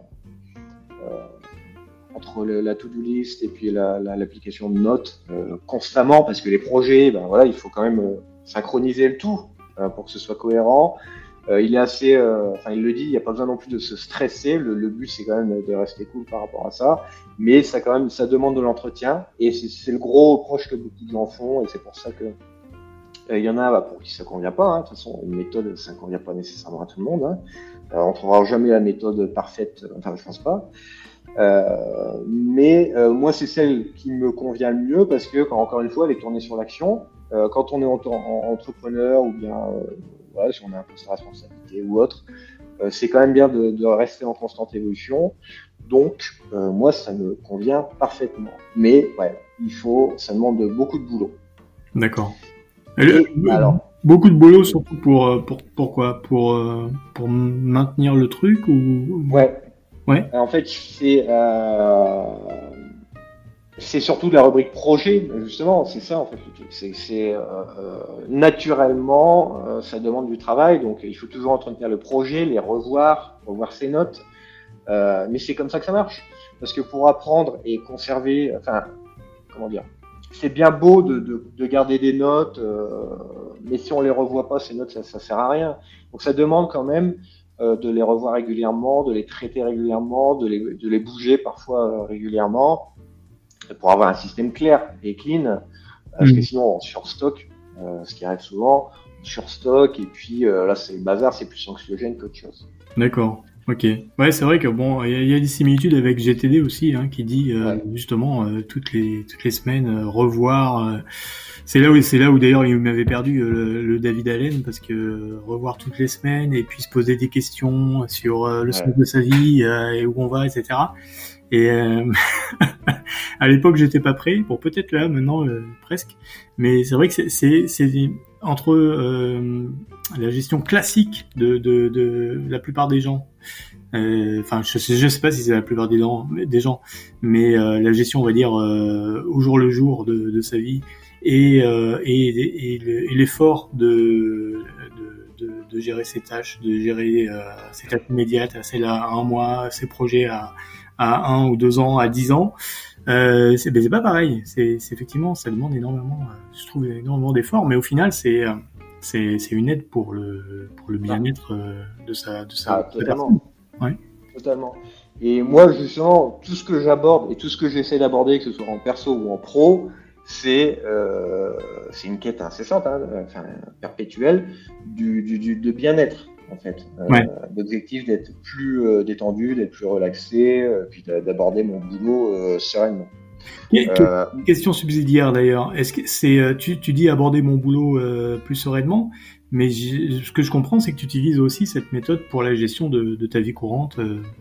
entre la to-do list et puis l'application de notes constamment, parce que les projets, il faut quand même synchroniser le tout pour que ce soit cohérent. Il est assez, il le dit, il n'y a pas besoin non plus de se stresser. Le but, c'est quand même de rester cool par rapport à ça, mais ça demande de l'entretien, et c'est le gros reproche que beaucoup de gens font, et c'est pour ça que il y en a pour qui ça convient pas. De toute façon, une méthode, ça convient pas nécessairement à tout le monde. On trouvera jamais la méthode parfaite. Enfin, je pense pas. Mais moi, c'est celle qui me convient le mieux, parce que, encore une fois, elle est tournée sur l'action. Quand on est entrepreneur, ou bien si on a un poste de responsabilité ou autre, c'est quand même bien de rester en constante évolution. Donc, moi, ça me convient parfaitement. Mais ça demande beaucoup de boulot. D'accord. Alors, beaucoup de boulot, surtout pour quoi? Pour maintenir le truc ou? Ouais. En fait, c'est surtout de la rubrique projet, justement. C'est ça, en fait, le truc. C'est naturellement, ça demande du travail, donc il faut toujours entretenir le projet, les revoir ses notes. Mais c'est comme ça que ça marche. Parce que pour apprendre et conserver, c'est bien beau de garder des notes, mais si on les revoit pas, ces notes, ça sert à rien. Donc ça demande quand même de les revoir régulièrement, de les traiter régulièrement, de les bouger parfois régulièrement, pour avoir un système clair et clean, parce que sinon on surstock, ce qui arrive souvent, on surstock, et puis là c'est le bazar, c'est plus anxiogène qu'autre chose. D'accord. Ok. Ouais, c'est vrai que il y a des similitudes avec GTD aussi, qui dit justement toutes les semaines revoir. C'est là où d'ailleurs il m'avait perdu le David Allen, parce que revoir toutes les semaines et puis se poser des questions sur le sens de sa vie et où on va, etc. Et à l'époque j'étais pas prêt. Bon, peut-être là maintenant presque. Mais c'est vrai que c'est entre la gestion classique de la plupart des gens. Je sais pas si c'est la plupart des gens, mais la gestion, on va dire, au jour le jour de sa vie, et l'effort de gérer ses tâches, de gérer ses tâches immédiates, celles à un mois, ses projets à 1 ou 2 ans, à 10 ans. C'est pas pareil. C'est effectivement, ça demande énormément, je trouve, énormément d'efforts, mais au final, c'est une aide pour le bien-être de sa totalement. Ouais. Totalement. Et moi, justement, tout ce que j'aborde et tout ce que j'essaie d'aborder, que ce soit en perso ou en pro, c'est une quête incessante, perpétuelle, de bien-être, en fait. L'objectif d'être plus détendu, d'être plus relaxé, puis d'aborder mon boulot sereinement. Question subsidiaire d'ailleurs. Est-ce que tu dis aborder mon boulot plus sereinement, mais ce que je comprends, c'est que tu utilises aussi cette méthode pour la gestion de ta vie courante.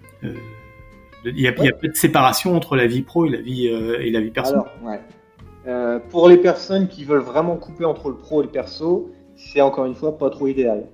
Il y a pas de séparation entre la vie pro et la vie perso. Alors, pour les personnes qui veulent vraiment couper entre le pro et le perso, c'est encore une fois pas trop idéal.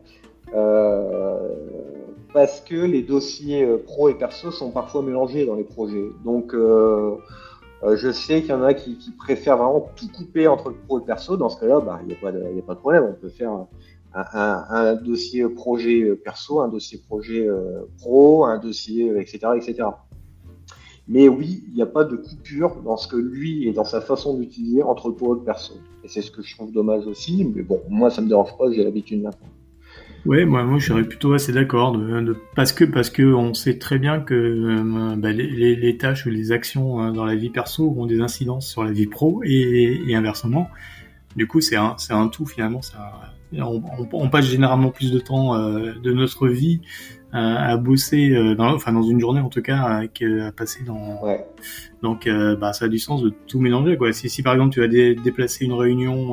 Parce que les dossiers pro et perso sont parfois mélangés dans les projets. Donc, je sais qu'il y en a qui préfèrent vraiment tout couper entre le pro et le perso. Dans ce cas-là, il n'y a pas de problème. On peut faire un dossier projet perso, un dossier projet pro, un dossier, etc., etc. Mais oui, il n'y a pas de coupure dans ce que lui et dans sa façon d'utiliser entre le pro et le perso. Et c'est ce que je trouve dommage aussi. Mais bon, moi, ça me dérange pas. J'ai l'habitude maintenant. Ouais, moi je serais plutôt assez d'accord parce que on sait très bien que les tâches ou les actions dans la vie perso ont des incidences sur la vie pro et inversement. Du coup, c'est un tout finalement, on passe généralement plus de temps de notre vie à bosser dans une journée en tout cas qu'à passer dans. Ouais. Donc ça a du sens de tout mélanger quoi. Si par exemple tu vas déplacer une réunion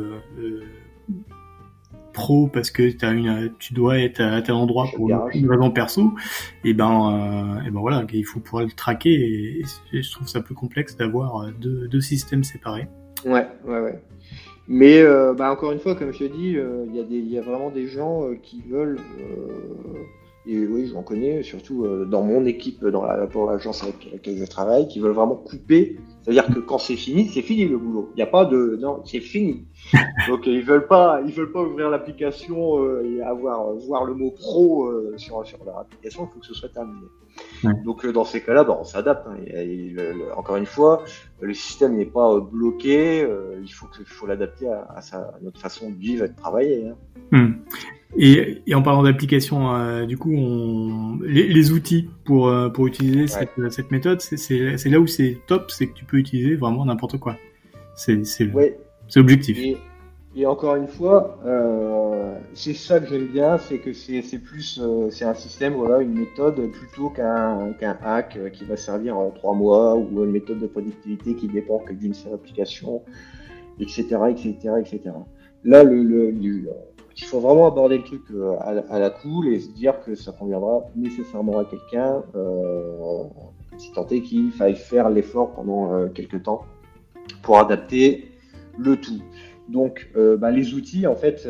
pro parce que tu dois être à tel endroit pour une raison perso, et ben voilà, il faut pouvoir le traquer et je trouve ça plus complexe d'avoir deux systèmes séparés. Ouais. Mais encore une fois, comme je te dis, il y a vraiment des gens qui veulent, et oui, j'en connais, surtout dans mon équipe, pour l'agence avec laquelle je travaille, qui veulent vraiment couper. C'est-à-dire que quand c'est fini le boulot. Il n'y a pas de, non, c'est fini. Donc ils veulent pas ouvrir l'application et voir le mot pro sur leur application. Il faut que ce soit terminé. Ouais. Donc dans ces cas-là, on s'adapte. Hein, encore une fois, le système n'est pas bloqué. Il faut l'adapter à notre façon de vivre et de travailler. Hein. Et en parlant d'application, du coup, les outils pour utiliser cette méthode, c'est là où c'est top, c'est que tu peux utiliser vraiment n'importe quoi. C'est l'objectif. Et encore une fois, c'est ça que j'aime bien, c'est que c'est plus c'est un système, voilà, une méthode plutôt qu'un hack qui va servir 3 mois ou une méthode de productivité qui dépend que d'une seule application, etc. Là, il faut vraiment aborder le truc à la cool et se dire que ça conviendra nécessairement à quelqu'un, si tant est qu'il faille faire l'effort pendant quelques temps pour adapter le tout. Donc, les outils, en fait,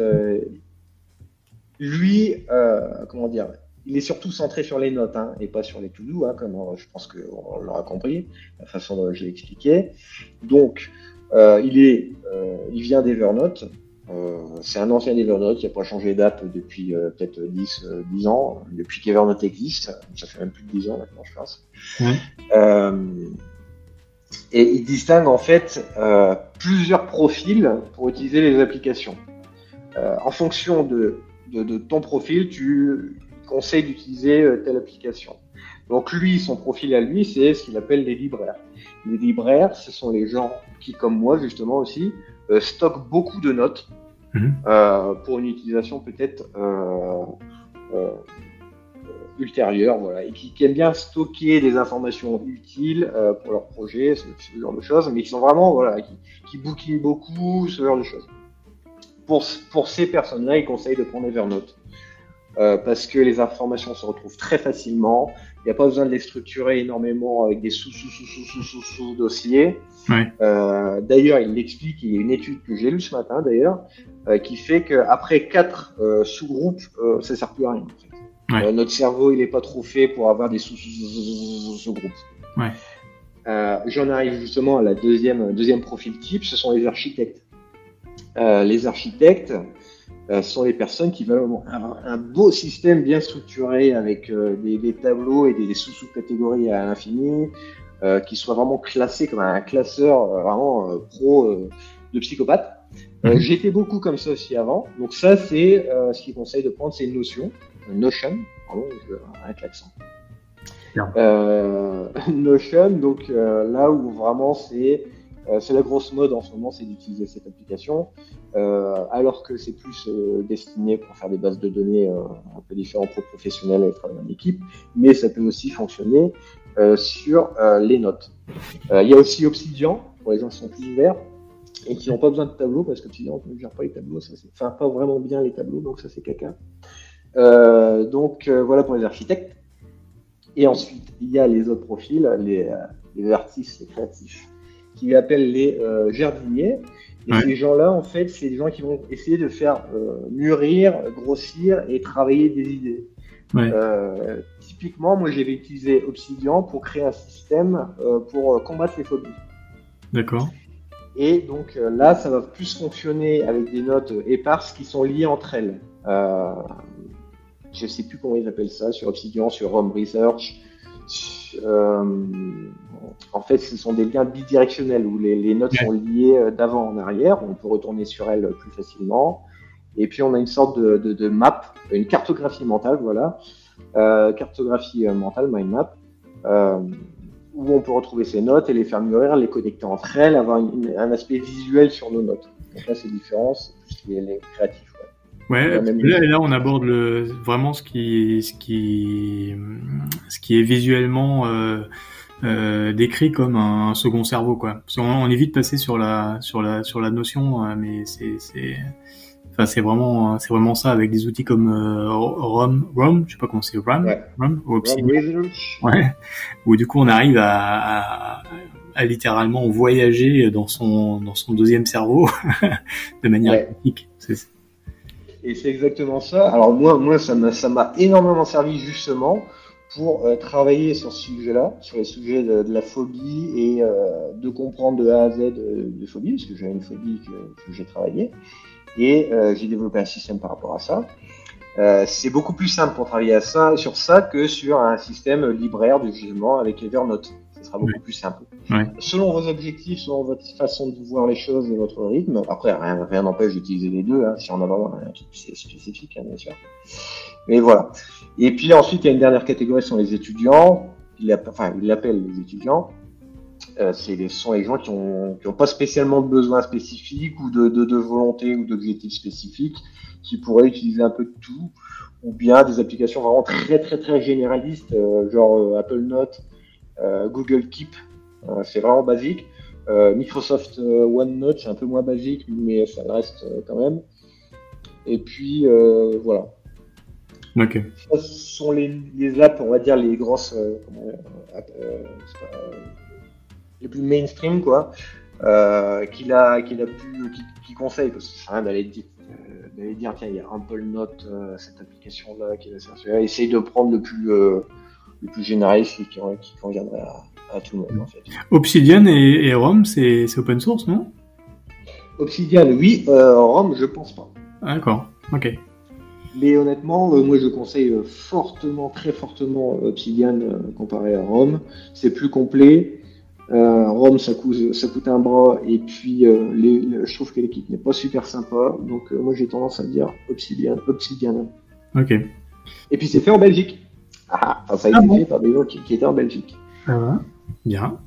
lui, il est surtout centré sur les notes et pas sur les to-do, comme je pense qu'on l'aura compris, la façon dont je l'ai expliqué. Donc, il vient d'Evernote. C'est un ancien d'Evernote qui n'a pas changé d'app depuis peut-être 10 ans, depuis qu'Evernote existe. Ça fait même plus de 10 ans maintenant, je pense. Et il distingue en fait plusieurs profils pour utiliser les applications. En fonction de ton profil, tu conseilles d'utiliser telle application. Donc lui, son profil à lui, c'est ce qu'il appelle les libraires. Les libraires, ce sont les gens qui, comme moi justement aussi, stockent beaucoup de notes pour une utilisation peut-être ultérieure, voilà, et qui aiment bien stocker des informations utiles pour leur projet, ce genre de choses, mais qui sont vraiment, voilà, qui bouquinent beaucoup, ce genre de choses. Pour ces personnes-là, ils conseillent de prendre Evernote. Parce que les informations se retrouvent très facilement. Il n'y a pas besoin de les structurer énormément avec des sous-dossiers. Ouais. D'ailleurs, il l'explique, il y a une étude que j'ai lue ce matin d'ailleurs, qui fait qu'après 4 sous-groupes, ça ne sert plus à rien. En fait. Ouais. Notre cerveau, il n'est pas trop fait pour avoir des sous-groupes. Ouais. J'en arrive justement à la deuxième profil type, ce sont les architectes. Les architectes sont les personnes qui veulent avoir un beau système bien structuré avec des tableaux et des sous-catégories à l'infini, qui soient vraiment classés comme un classeur vraiment pro de psychopathe. J'étais beaucoup comme ça aussi avant. Donc ça, c'est ce qu'il conseille de prendre, c'est Notion, pardon, je vais arrêter l'accent. Notion, donc là où vraiment c'est la grosse mode en ce moment, c'est d'utiliser cette application, alors que c'est plus destiné pour faire des bases de données un peu différentes pour professionnels et travailler en équipe, mais ça peut aussi fonctionner sur les notes. Il y a aussi Obsidian, pour les gens qui sont plus ouverts et qui n'ont pas besoin de tableau, parce qu'Obsidian ne gère pas les tableaux, pas vraiment bien les tableaux, donc ça c'est caca. Voilà pour les architectes. Et ensuite, il y a les autres profils, les artistes, les créatifs, qui appellent les jardiniers. Et ces gens-là, en fait, c'est des gens qui vont essayer de faire mûrir, grossir et travailler des idées. Ouais. Typiquement, moi, j'avais utilisé Obsidian pour créer un système pour combattre les phobies. D'accord. Et donc là, ça va plus fonctionner avec des notes éparses qui sont liées entre elles. Je ne sais plus comment ils appellent ça, sur Obsidian, sur Home Research. En fait, ce sont des liens bidirectionnels où les notes sont liées d'avant en arrière. On peut retourner sur elles plus facilement. Et puis, on a une sorte de map, une cartographie mentale, voilà. Cartographie mentale, mind map, où on peut retrouver ces notes et les faire mûrir, les connecter entre elles, avoir un aspect visuel sur nos notes. Donc là, c'est différent, c'est plus les créatifs. Ouais, même là, on aborde vraiment ce qui est visuellement décrit comme un second cerveau, quoi. Parce qu'on est vite passé sur la notion, mais c'est vraiment ça avec des outils comme ROM, je sais pas comment c'est, ouais. ROM ou Ron Obsidian. Research. Ouais, où du coup on arrive à littéralement voyager dans son deuxième cerveau de manière Ouais. graphique. Et c'est exactement ça. Alors moi, ça m'a énormément servi justement pour travailler sur ce sujet-là, sur les sujets de la phobie et de comprendre de A à Z de phobie, parce que j'avais une phobie que j'ai travaillée. Et j'ai développé un système par rapport à ça. C'est beaucoup plus simple pour travailler sur ça que sur un système libraire de jugement avec Evernote. Ce sera beaucoup plus simple. Ouais. Selon vos objectifs, selon votre façon de voir les choses et votre rythme, après rien n'empêche d'utiliser les deux, si on a vraiment un truc spécifique, bien sûr. Mais voilà. Et puis ensuite, il y a une dernière catégorie, ce sont les étudiants. Ils l'appellent les étudiants. Ce sont les gens qui ont pas spécialement de besoins spécifiques ou de volonté ou d'objectifs spécifiques, qui pourraient utiliser un peu de tout, ou bien des applications vraiment très très très généralistes, genre Apple Note, Google Keep, c'est vraiment basique. Microsoft OneNote, c'est un peu moins basique, mais ça reste quand même. Et puis voilà. Ok. Ça, ce sont les apps, on va dire les grosses, les plus mainstream, quoi, qu'il conseille, parce que c'est rien d'aller dire tiens, il y a Apple Note, cette application là qui va servir. Essaye de prendre le plus généraliste qui conviendrait à tout le monde, en fait. Obsidian et ROM, c'est open source, non? Obsidian, oui. ROM, je pense pas. Ah, d'accord. Ok. Mais honnêtement, moi je conseille très fortement Obsidian comparé à ROM. C'est plus complet. ROM, ça coûte un bras, et puis je trouve que l'équipe n'est pas super sympa. Donc moi j'ai tendance à dire Obsidian. Ok. Et puis c'est fait en Belgique. Ça a été fait par des gens qui étaient en Belgique. Ah ouais. Bien.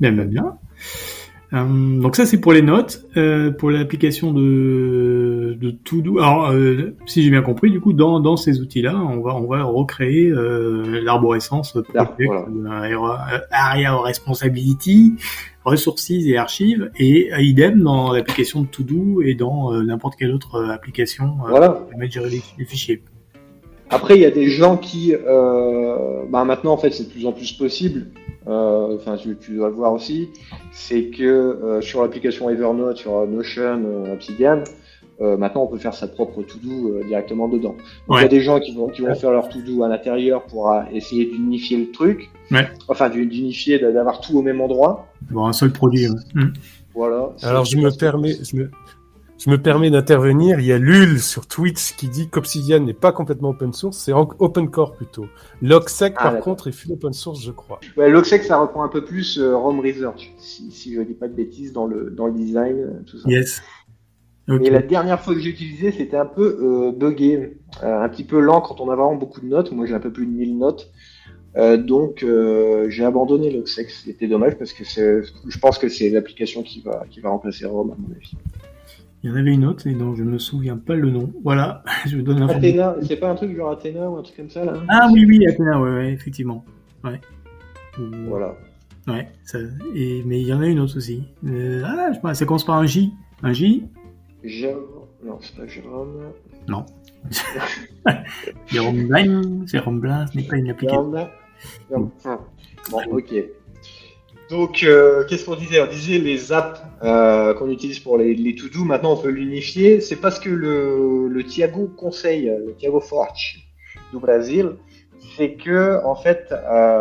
Donc ça c'est pour les notes, pour l'application de To-Do. Alors si j'ai bien compris, du coup dans ces outils-là, on va recréer l'arborescence project, voilà. Area Responsibility, Resources et archives, et idem dans l'application de To-Do et dans n'importe quelle autre application pour mettre gérer les fichiers. Après, il y a des gens qui, maintenant en fait, c'est de plus en plus possible. Tu dois le voir aussi, c'est que sur l'application Evernote, sur Notion, Obsidian, maintenant on peut faire sa propre to-do directement dedans. Donc, il y a des gens qui vont faire leur to-do à l'intérieur pour essayer d'unifier le truc, d'unifier, d'avoir tout au même endroit. Avoir un seul produit. Ouais. Voilà. Alors je me permets d'intervenir. Il y a Lul sur Twitch qui dit qu'Obsidian n'est pas complètement open source, c'est open core plutôt. Logsec, par contre, est full open source, je crois. Ouais, Logsec, ça reprend un peu plus ROM Research, si je dis pas de bêtises dans le design, tout ça. Yes. Okay. Et la dernière fois que j'ai utilisé, c'était un peu buggé, un petit peu lent quand on a vraiment beaucoup de notes. Moi, j'ai un peu plus de 1000 notes. Donc j'ai abandonné Logsec. C'était dommage parce que je pense que c'est l'application qui va remplacer ROM à mon avis. Il y en avait une autre et dont je me souviens pas le nom. Voilà, je vous donne l'information. Athena, c'est pas un truc genre Athena ou un truc comme ça là? Ah oui, Athena, ouais, effectivement. Ouais. Voilà. Ouais, mais il y en a une autre aussi. Je sais pas, ça commence par un J. Un J? Non, c'est pas Jérôme. Non. Jérôme Blain, ce n'est pas une application. Bon, ok. Donc, qu'est-ce qu'on disait? On disait les apps qu'on utilise pour les to-do. Maintenant, on peut l'unifier. C'est parce que le Thiago conseille, le Thiago Forte du Brésil, c'est que en fait,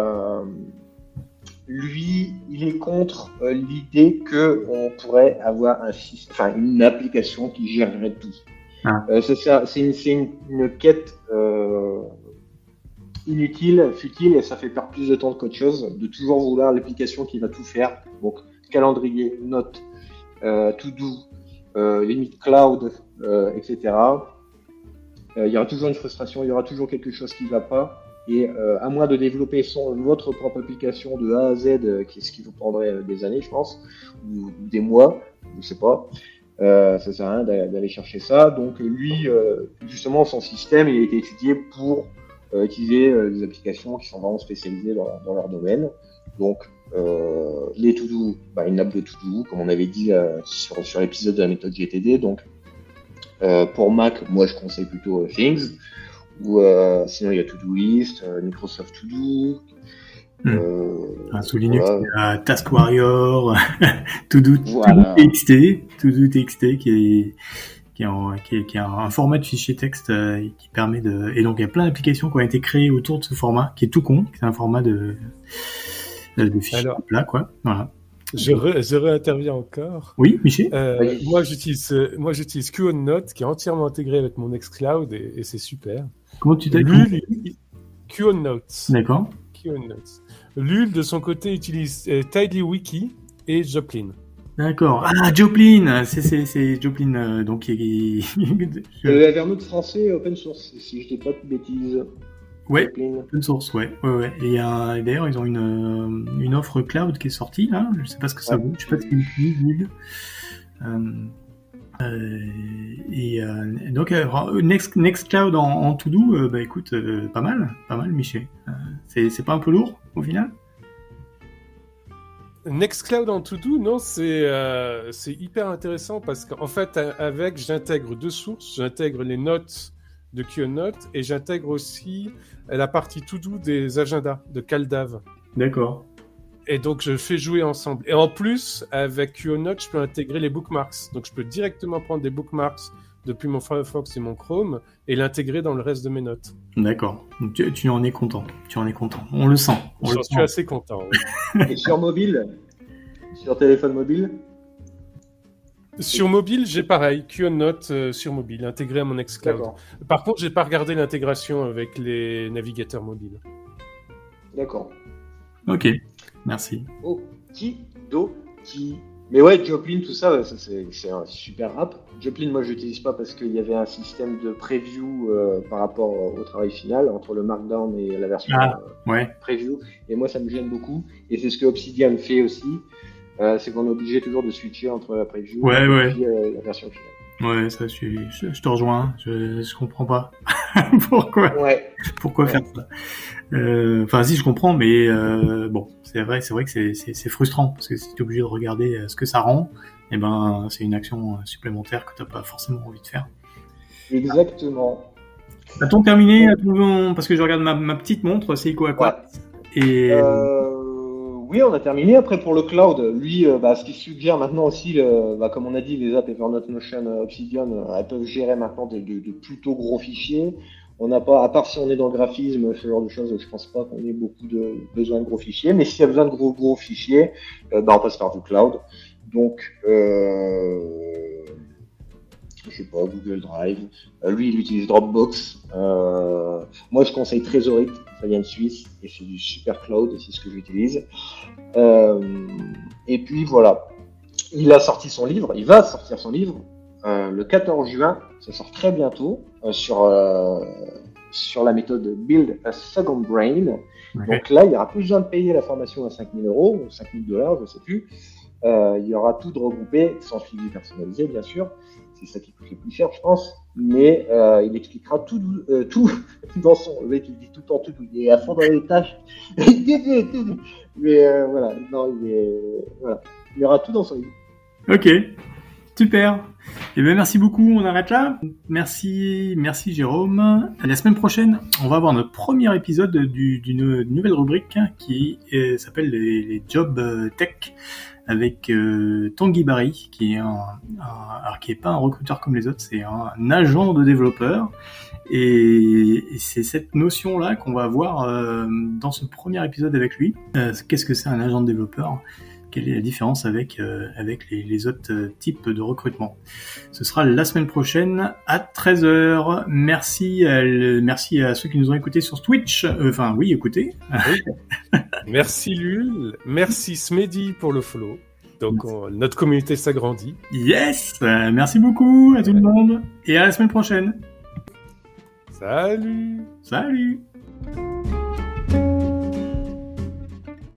lui, il est contre l'idée que on pourrait avoir une application qui gérerait tout. C'est une quête inutile, futile, et ça fait perdre plus de temps qu'autre chose, de toujours vouloir l'application qui va tout faire. Donc, calendrier, notes, to-do, limite cloud, etc. Il y aura toujours une frustration, il y aura toujours quelque chose qui ne va pas. Et à moins de développer votre propre application de A à Z, ce qui vous prendrait des années, je pense, ou des mois, je sais pas, Ça sert à rien d'aller chercher ça. Donc lui, justement, son système, il a été étudié pour utiliser des applications qui sont vraiment spécialisées dans leur domaine. Donc les to-do, une nappe de to-do, comme on avait dit sur l'épisode de la méthode GTD. Donc pour Mac, moi je conseille plutôt Things. Ou sinon il y a Todoist, Microsoft To Do. Sous Linux, il y a Task Warrior, TXT qui est un format de fichier texte qui permet de... Et donc il y a plein d'applications qui ont été créées autour de ce format, qui est tout con, c'est un format de fichier plat, quoi. Voilà. Je réinterviens encore. Oui, Michel. Moi, j'utilise QONote qui est entièrement intégré avec mon Nextcloud et c'est super. Comment tu t'as QONote. D'accord. QONote. Lul, de son côté, utilise TidyWiki et Joplin. D'accord. Ah, Joplin, c'est Joplin, donc Evernote français open source, si je dis pas de bêtises. Ouais, Joplin. Open source, ouais. Et d'ailleurs, ils ont une offre cloud qui est sortie, là. Je sais pas ce que ça vaut. Je sais pas ce qu'ils utilisent, Lul. Donc Nextcloud en to-do, écoute, pas mal, Michel. C'est pas un peu lourd au final? Nextcloud en to-do, non, c'est hyper intéressant parce qu'en fait, avec, j'intègre deux sources. J'intègre les notes de QONote et j'intègre aussi la partie to-do des agendas de CalDAV. D'accord. Et donc, je fais jouer ensemble. Et en plus, avec QONote, je peux intégrer les bookmarks. Donc, je peux directement prendre des bookmarks depuis mon Firefox et mon Chrome et l'intégrer dans le reste de mes notes. D'accord. Tu en es content. On le sent. J'en suis assez content. Oui. Et sur mobile? Sur téléphone mobile? Sur mobile, j'ai pareil. QONote sur mobile, intégré à mon Nextcloud. D'accord. Par contre, j'ai pas regardé l'intégration avec les navigateurs mobiles. D'accord. Ok. Merci. Okidoki. Mais ouais, Joplin, tout ça, c'est un super app. Joplin, moi, je l'utilise pas parce qu'il y avait un système de preview par rapport au travail final entre le Markdown et la version preview. Et moi, ça me gêne beaucoup. Et c'est ce que Obsidian fait aussi. C'est qu'on est obligé toujours de switcher entre la preview et puis, la version finale. Ouais, ça, je te rejoins. Je comprends pas. Pourquoi faire ça? Enfin, si, je comprends, mais bon, c'est vrai que c'est frustrant parce que si t'es obligé de regarder ce que ça rend, c'est une action supplémentaire que t'as pas forcément envie de faire. Exactement. A-t-on terminé? Parce que je regarde ma petite montre, c'est quoi? Et oui, on a terminé. Après, pour le cloud, lui, ce qu'il suggère maintenant aussi, comme on a dit, les apps Evernote, Notion, Obsidian, elles peuvent gérer maintenant de plutôt gros fichiers. On n'a pas, à part si on est dans le graphisme, ce genre de choses, je pense pas qu'on ait beaucoup de besoin de gros fichiers. Mais s'il y a besoin de gros fichiers, on passe par du cloud. Donc, je sais pas, Google Drive. Lui, il utilise Dropbox. Moi, je conseille Trezorite, ça vient de Suisse, et c'est du super cloud, et c'est ce que j'utilise. Et puis voilà, il va sortir son livre, le 14 juin, ça sort très bientôt, sur la méthode Build a Second Brain. Okay. Donc là, il n'y aura plus besoin de payer la formation à 5 000 € ou 5 000 $, je ne sais plus. Il y aura tout de regroupé, sans suivi personnalisé, bien sûr. C'est ça qui coûte le plus cher, je pense. Mais il expliquera tout dans son... Le mec, il dit tout le temps tout. Il est à fond dans les tâches. Mais voilà, non, voilà. Il y aura tout dans son livre. Ok, super. Eh bien, merci beaucoup. On arrête là. Merci Jérôme. La semaine prochaine, on va avoir notre premier épisode d'une nouvelle rubrique qui s'appelle les Jobs Tech, avec Tanguy Barry, qui est alors qui est pas un recruteur comme les autres, c'est un agent de développeur, et c'est cette notion-là qu'on va voir dans ce premier épisode avec lui. Qu'est-ce que c'est un agent de développeur? Quelle est la différence avec les autres types de recrutement? Ce sera la semaine prochaine à 13h. Merci à ceux qui nous ont écoutés sur Twitch. Écoutez. Oui. Merci Lul. Merci Smedi pour le follow. Donc notre communauté s'agrandit. Yes. Merci beaucoup à tout le monde. Et à la semaine prochaine. Salut.